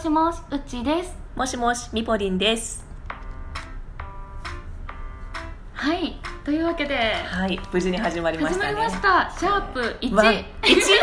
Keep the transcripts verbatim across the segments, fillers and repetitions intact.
しもし、うっちーです。 もしもし、みぽりんです。 はい、というわけで、 はい、無事に始まりましたね。 始まりました。シャープいち。 いち、いちだね。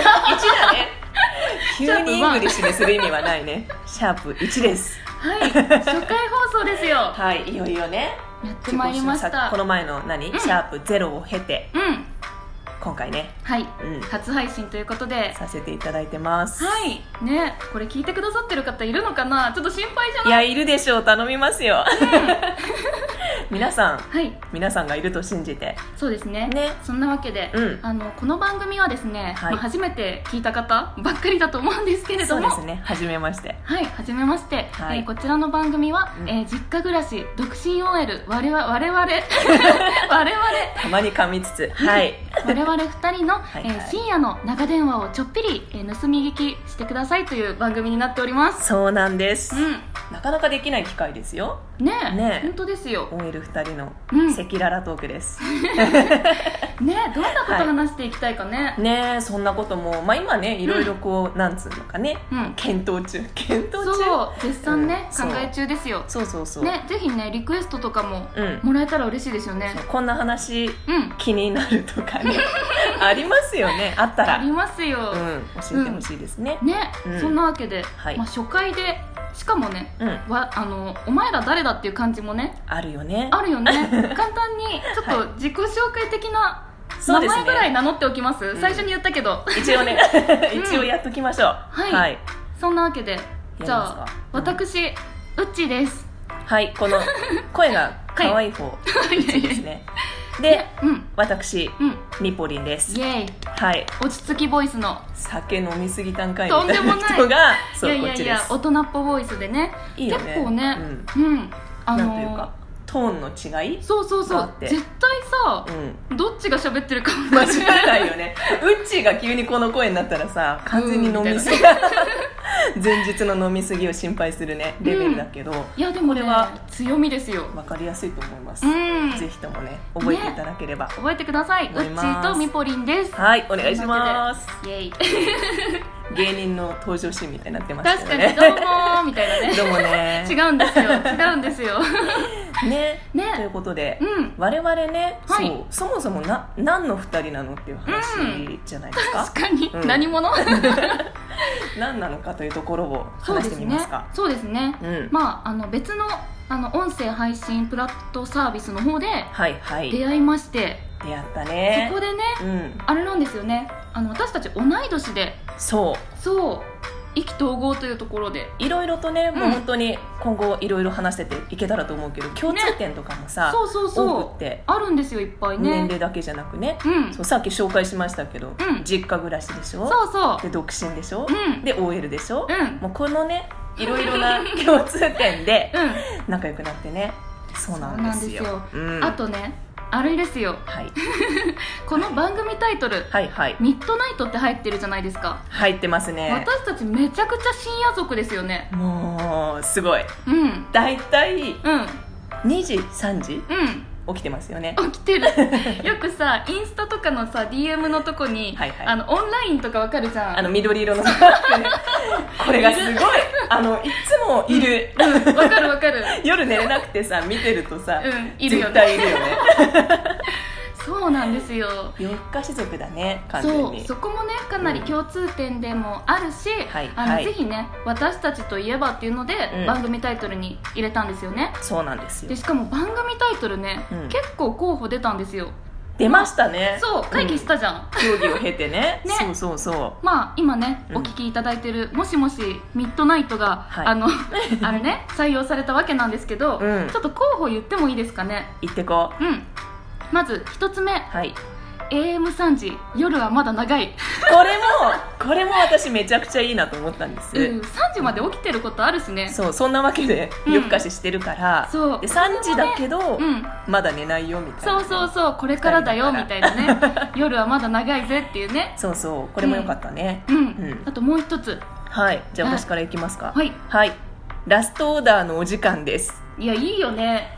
急にイングリッシュにする意味はないね。シャープいちです。 はい、初回放送ですよ。 はい、いよいよね。 やってまいりました。 この前の何、うん、シャープゼロを経て、うん、今回ね、 はい、うん、初配信ということでさせていただいてます。 はいね、これ聞いてくださってる方いるのかな、ちょっと心配じゃない？ いや、いるでしょう、頼みますよ、うん、皆さん、はい、皆さんがいると信じて。 そうですね。ね、そんなわけで、うん、あのこの番組はですね、はい、まあ、初めて聞いた方ばっかりだと思うんですけれども、 そうですね、初めまして。 はい、初めまして、はい、えー、こちらの番組は、うん、えー、実家暮らし独身 オーエル 我々我々我々 たまに噛みつつ、はい、 我々ふたりのはい、はい、えー、深夜の長電話をちょっぴり、えー、盗み聞きしてくださいという番組になっております。 そうなんです、うん、なかなかできない機会ですよねえ、ねえ、本当ですよ。 オーエルふたりの赤裸々トークです、うん、 ねえ、どんなこと話していきたいかね、 はい、ねえ、そんなことも、まあ、今ねいろいろこう、うん、なんつうのかね、うん、検討中検討中そう絶賛ね、うん、考え中ですよ。 そうそうそう、 ね、ぜひねリクエストとかももらえたら嬉しいですよね、 うん、こんな話、うん、気になるとかねありますよね、あったらありますよ、 うん、教えてほしいですね、 うん、ね、うん、そんなわけで、はい、まあ、初回でしかもね、うん、わあのお前ら誰だっていう感じもねあるよねあるよね簡単にちょっと自己紹介的な名前ぐらい名乗っておきます、ね、最初に言ったけど、 うん、一応ね一応やっときましょう、 はい、はい、そんなわけでじゃあ、うん、私うっちーです。 はい、この声が可愛い方、はい、うっちーですねで、うん、私、うん、みぽりんです。 イエイ、 はい、 落ち着きボイスの酒飲みすぎたんかいみたいな人がそう、 いやいやいや、 こっちです。 大人っぽボイスでね、 いいよね、 結構ね、うん、うん、あのー、 なんというかトーンの違いそうそうそう、絶対さ、うん、どっちが喋ってるか間違えないよねうっちーが急にこの声になったらさ、完全に飲みすぎ、うん、前日の飲みすぎを心配するねレベルだけど、うん、 いやでも、ね、これは強みですよ。 分かりやすいと思います、うん、ぜひともね覚えていただければ、ね、 覚えてください。うっちーとみぽりんです。 はい、お願いします。 イエイ芸人の登場シーンみたいになってましたよね。 確かに、どうもーみたいなね。 どうもね違うんですよ、違うんですよね、ね、ということで、うん、我々ね、はい、そうそもそもな何のふたりなのっていう話じゃないですか、 うん、確かに、うん、何者何なのかというところを話してみますか。 そうですね、そうですね、うん、まあ、あの別のあの音声配信プラットサービスの方で出会いまして、はいはい、 出会ったね。 そこでね、うん、あれなんですよね、あの私たち同い年で、 そうそう意気投合というところでいろいろとね、うん、もう本当に今後いろいろ話してていけたらと思うけど、共通点とかもさ、ね、そうそうそう多くってあるんですよ、いっぱいね。 年齢だけじゃなくね、うん、そうさっき紹介しましたけど、うん、実家暮らしでしょ、 そうそうで独身でしょ、うん、で オーエル でしょ、うん、もうこのねいろいろな共通点で仲良くなってね、そうなんですよ。そうなんですよ、うん、 あとねあれですよ、はい、この番組タイトル、はいはい、ミッドナイトって入ってるじゃないですか。 入ってますね。 私たちめちゃくちゃ深夜族ですよね。 もうすごい、うん、だいたいにじさんじ、うん、起きてますよね。 起きてるよくさインスタとかのさ ディーエム のとこに、はいはい、あのオンラインとかわかるじゃん、 あの緑色のこれがすごいあのいつもいるわ、うん、かるわかる夜寝れなくてさ見てるとさ、うん、いるよね、絶対いるよねそうなんですよ。 夜更かし族だね、完全に。 そう、そこもねかなり共通点でもあるし、うん、あの、はい、ぜひね私たちといえばっていうので、うん、番組タイトルに入れたんですよね。 そうなんですよ。 でしかも番組タイトルね、うん、結構候補出たんですよ。 出ましたね。 そう会議したじゃん、うん、 競技を経て ね, ねそうそうそう。 まあ今ね、うん、お聞きいただいてるもしもしミッドナイトが、はい、あのあれね採用されたわけなんですけど、うん、ちょっと候補言ってもいいですかね。 言ってこう。うん、 まず一つ目、はい、エーエムさん 時夜はまだ長いこれもこれも私めちゃくちゃいいなと思ったんです、 うん、さんじまで起きてることあるしね。 そう、そんなわけで夜更かししてるから、うん、そうでさんじだけど、ね、うん、まだ寝ないよみたいな、ね、 そうそうそう、これからだよみたいなね夜はまだ長いぜっていうね。 そうそう、これもよかったね、 うん、うんうん、あともう一つ。 はい、じゃあ私からいきますか。 はい、 はい、ラストオーダーのお時間です。 いやいいよね。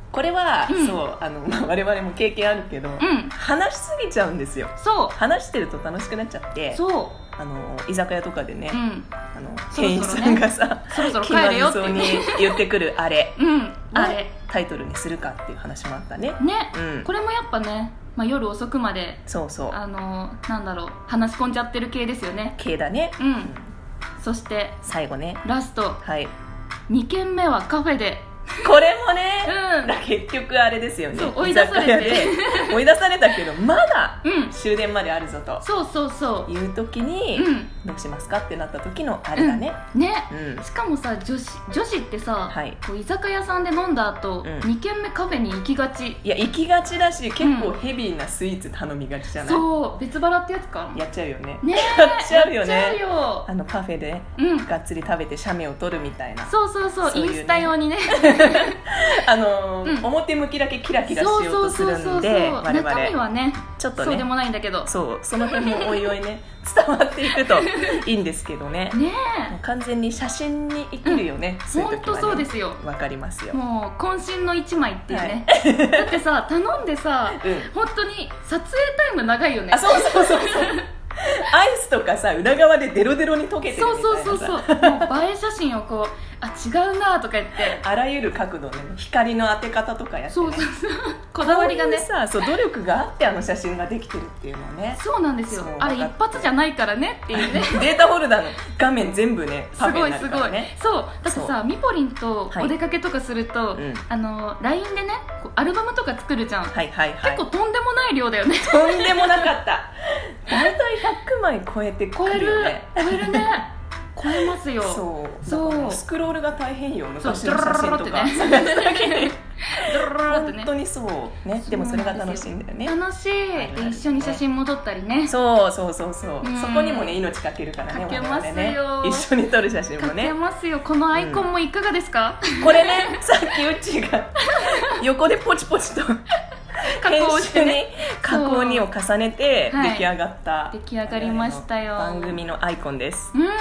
これは、 うん、 そうあの、まあ、我々も経験あるけど、 うん、 話しすぎちゃうんですよ。 そう話してると楽しくなっちゃって、 そうあの居酒屋とかでね、 うん、 あのそろそろね、 店員さんがさそろそろ帰るよって気まずそうに言ってくるあれ、 うん、あれタイトルにするかっていう話もあったね。 ね、 うん、 これもやっぱね、まあ、夜遅くまでそうそうあのなんだろう話し込んじゃってる系ですよね。 系だね。 うん、うん、そして最後ねラスト、 はい、 にけんめはカフェで、 これもね、 うん、 だ結局あれですよね、 追い出されて居酒屋で追い出されたけどまだうん、 終電まであるぞと、 そうそうそういう時に、 うん、 どうしますかってなった時のあれだね、 うん、ね、 うん、 しかもさ女子女子ってさ、 はい、 こう居酒屋さんで飲んだ後、 うん、 にけんめカフェに行きがち。 いや行きがちだし結構ヘビーなスイーツ頼みがちじゃない、 そう別腹ってやつかやっちゃうよねねやっちゃうよね。 やっちゃうよ。 あのカフェで、 うん、 がっつり食べて写メを撮るみたいな、 そうそうそう、 そういうね、 インスタ用にねあのーうん、 表向きだけキラキラしようとするんで、我々 中身はねちょっとねそうでもないんだけど、 そうその辺もおいおいね伝わっていくといいんですけどねねもう完全に写真に生きるよね、うん、そういう時はね、 本当そうですよ。 わかりますよ。 もう渾身の一枚っていうね、はい、だってさ頼んでさ、うん、本当に撮影タイム長いよね。 あそうそうそうそうアイスとかさ裏側でデロデロに溶けてるみたいなさ、 そうそうそうそうもう映え写真をこうあ違うなとか言ってあらゆる角度で、ね、光の当て方とかやって、ね、 そうそうそうこだわりがね、 こういうさそう努力があってあの写真ができてるっていうのはね、 そうなんですよ。あれ一発じゃないからねっていうねデータホルダーの画面全部ねパフェになるからね。 すごいすごい。そうだってさミポリンとお出かけとかすると、はい、 うん、 あの ライン でねこうアルバムとか作るじゃん、 はいはいはい、 結構とんでもない量だよねとんでもなかっただいたいひゃくまい超えてくるよね。 超える超えるね超えますよ。 そうそうスクロールが大変よ昔の写真とか探すだけで本当にそうね。でもそれが楽しいんだよね。 楽しい、ね、で一緒に写真も撮ったりね。 そうそうそうそう、うん、そこにもね命かけるからね。 かけますよ、 ね、一緒に撮る写真もねかけますよ。このアイコンもいかがですか、 うん、これねさっきうちが横でポチポチと加工してね加工にを重ねて出来上がった、 はい、出来上がりましたよ番組のアイコンです、 うんうん、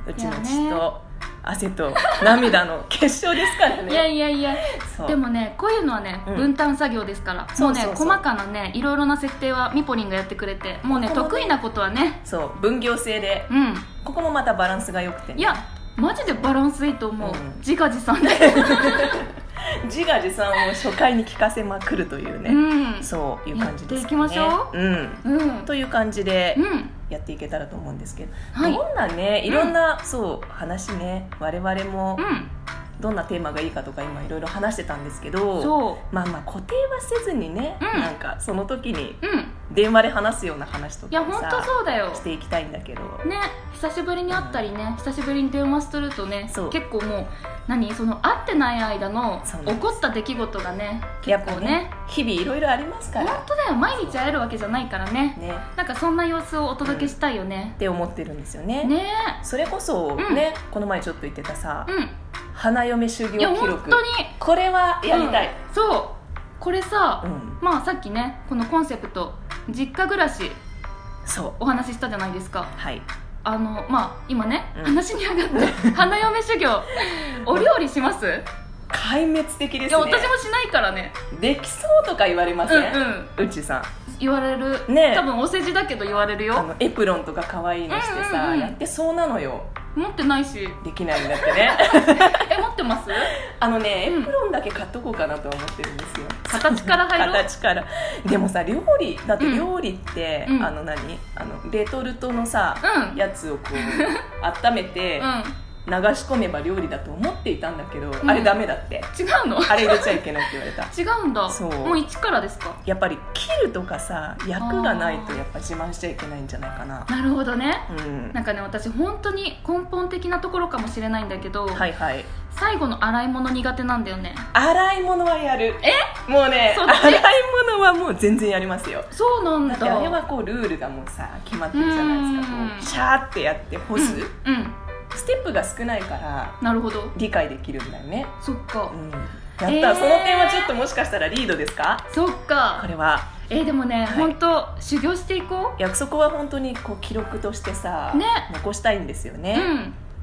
うちの血と汗と涙の結晶ですからね。 いやいやいやでもねこういうのはね、うん、分担作業ですから、もうね細かなねいろいろな設定はミポリンがやってくれて、もうね得意なことはねそう分業制で、 うん、 ここもまたバランスが良くて、ね、 いやマジでバランスいいと思う、うん、自画自賛で自画自賛を初回に聞かせまくるというね、うん、そういう感じですね。 やっていきましょう、 うんうん、という感じでやっていけたらと思うんですけど、はい、どんなねいろんな、うん、そう話ね我々も、うんどんなテーマがいいかとか今いろいろ話してたんですけど、そうまあまあ固定はせずにね、うん、なんかその時に電話で話すような話とかさ、いや本当そうだよしていきたいんだけどね。久しぶりに会ったりね、うん、久しぶりに電話するとね結構もう何その会ってない間の起こった出来事がね結構 ね, ね日々いろいろありますから。 本当だよ、毎日会えるわけじゃないから ね, ねなんかそんな様子をお届けしたいよね、 うん、って思ってるんですよね。 ねそれこそね、うん、この前ちょっと言ってたさ、うん花嫁修行記録、いや本当にこれはやりたい、 うん、そうこれさ、うん、まあさっきねこのコンセプト実家暮らしそうお話ししたじゃないですか。 はいあのまあ今ね、うん、話に上がって花嫁修行お料理します？ 壊滅的ですね。 いや私もしないからね。 できそうとか言われません？うん、うん、うちさん言われるね。多分お世辞だけど言われるよ。あのエプロンとか可愛いのしてさ、うんうんうん、やってそうなのよ。 持ってないしできないんだってねえ持ってます？ あのね、うん、エプロンだけ買っとこうかなと思ってるんですよ。 形から入ろう形からでもさ料理だって料理って、うん、あの何あのレトルトのさ、うん、やつをこう温めて、うん流し込めば料理だと思っていたんだけど、うん、あれダメだって。 違うの？ あれ入れちゃいけないって言われた。 違うんだ。そうもう一からですか？ やっぱり切るとかさ焼くがないとやっぱ自慢しちゃいけないんじゃないかな。 なるほどね、 うん、 なんかね私本当に根本的なところかもしれないんだけど、 はいはい、 最後の洗い物苦手なんだよね。 洗い物はやる。 えもうね洗い物はもう全然やりますよ。 そうなんだ。 だってあれはこうルールがもうさ決まってるじゃないですか。こうシャーってやって干す、うん、うんステップが少ないからなるほど理解できるんだよね。 そっか、 うん、やった、えー、その点はちょっともしかしたらリードですか？ そっかこれはえー、でもね、はい、本当修行していこう。 約束は本当にこう記録としてさ、ね、残したいんですよね、 うん、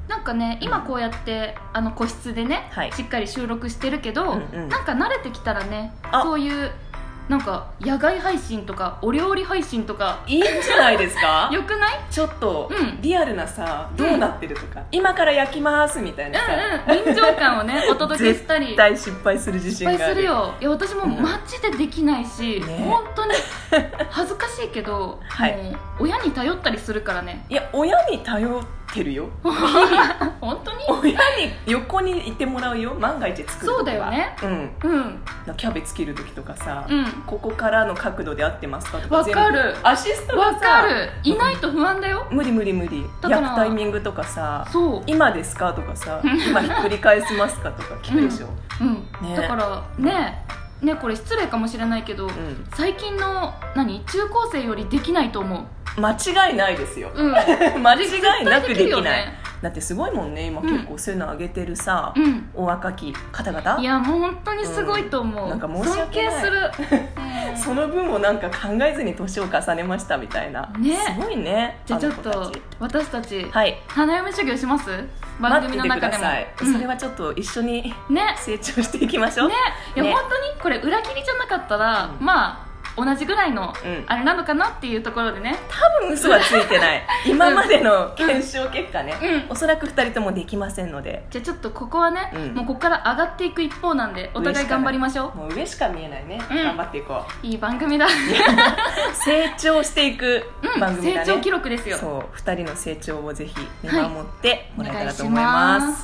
なんかね今こうやってあの個室でね、はい、しっかり収録してるけど、うんうん、なんか慣れてきたらねそういうなんか野外配信とかお料理配信とかいいんじゃないですかよくない？ ちょっと、うん、リアルなさどうなってるとか、うん、今から焼きますみたいなさ、 うんうん、臨場感をねお届けしたり絶対失敗する自信がある。 失敗するよ。いや私もマジでできないし、うんね、本当に恥ずかしいけど、はい、もう親に頼ったりするからね。 いや親に頼ってるよ本当に親に横にいてもらうよ。万が一作る時はそうだよね。 うんうん、キャベツ切る時とかさ、うん、ここからの角度で合ってますかとかわかる。 アシストがさわかる。いないと不安だよ。 無理無理無理。焼くタイミングとかさ、そう今ですかとかさ今ひっくり返しますかとか聞くでしょ、うんうんね、だからねねこれ失礼かもしれないけど、うん、最近の何中高生よりできないと思う。 間違いないですよ、うん、間違いなくできない。だってすごいもんね今、結構そういうの上げてるさ、うん、お若き方々。 いやもう本当にすごいと思う、うん、なんか申し訳ない。尊敬するその分をなんか考えずに年を重ねましたみたいな、ね、すごいね。 じゃあちょっと私たち、はい、花嫁修行します。番組の中でも待っててください、うん、それはちょっと一緒に、ね、成長していきましょうね。いや、ね、本当にこれ裏切りじゃなかったら、うん、まあ同じぐらいのあれなのかなっていうところでね、 多分嘘はついてない今までの検証結果ね、うん、おそらくふたりともできませんので、 じゃあちょっとここはね、うん、もうここから上がっていく一方なんでお互い頑張りましょう。 もう上しか見えないね、うん、頑張っていこう。いい番組だ成長していく番組だね、 成長記録ですよ。 そうふたりの成長をぜひ見守ってもらえたらと思います、はい、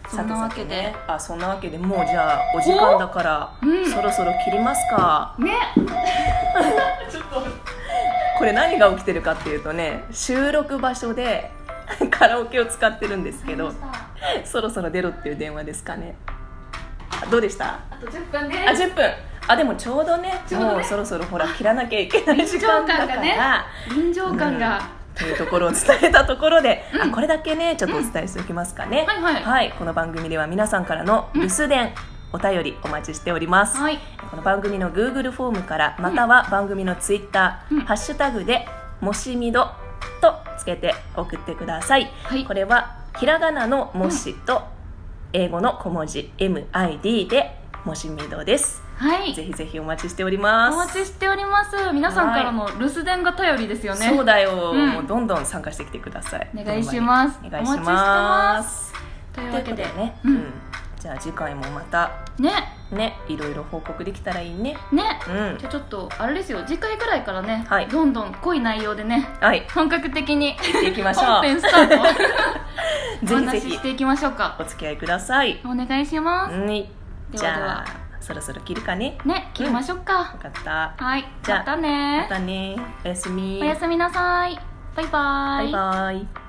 そんなわけで、ね、 あそんなわけでもうじゃあお時間だから、うん、そろそろ切りますかねちょっとこれ何が起きてるかっていうとね、収録場所でカラオケを使ってるんですけどそろそろ出ろっていう電話ですかね。どうでした？ あとじゅっぷんです。 あじゅっぷん。あでもちょうどね、ちょうどねもうそろそろほら切らなきゃいけない時間だから臨場感が、ね、 というところを伝えたところで、うん、あこれだけねちょっとお伝えしておきますかね、 うんはいはいはい、この番組では皆さんからの留守電、うん、お便りお待ちしております、はい、この番組の Google フォームからまたは番組の Twitter、うん、ハッシュタグでもしみどとつけて送ってください、はい、これはひらがなのもしと英語の小文字 エムアイディー でもしみどです。はい、ぜひぜひお待ちしております。 お待ちしております。皆さんからの留守電が頼りですよね。 そうだよ、うん、もうどんどん参加してきてください。 お願いします。 お願いします。 というわけでね、うん、うん、じゃあ次回もまたねねいろいろ報告できたらいいね。 ね、うん、じゃあちょっとあれですよ、次回ぐらいからね、はい、どんどん濃い内容でね、はい、本格的にいっていきましょう。 本編スタートぜひぜひお話ししていきましょうか。 お付き合いください。 お願いします。 うん、じゃあではそろそろ切るかね。 ね、切りましょうか。 分かった。 はい、じゃあまたね。 またね。おやすみ。 おやすみなさい。バイバイ。 バイバイ。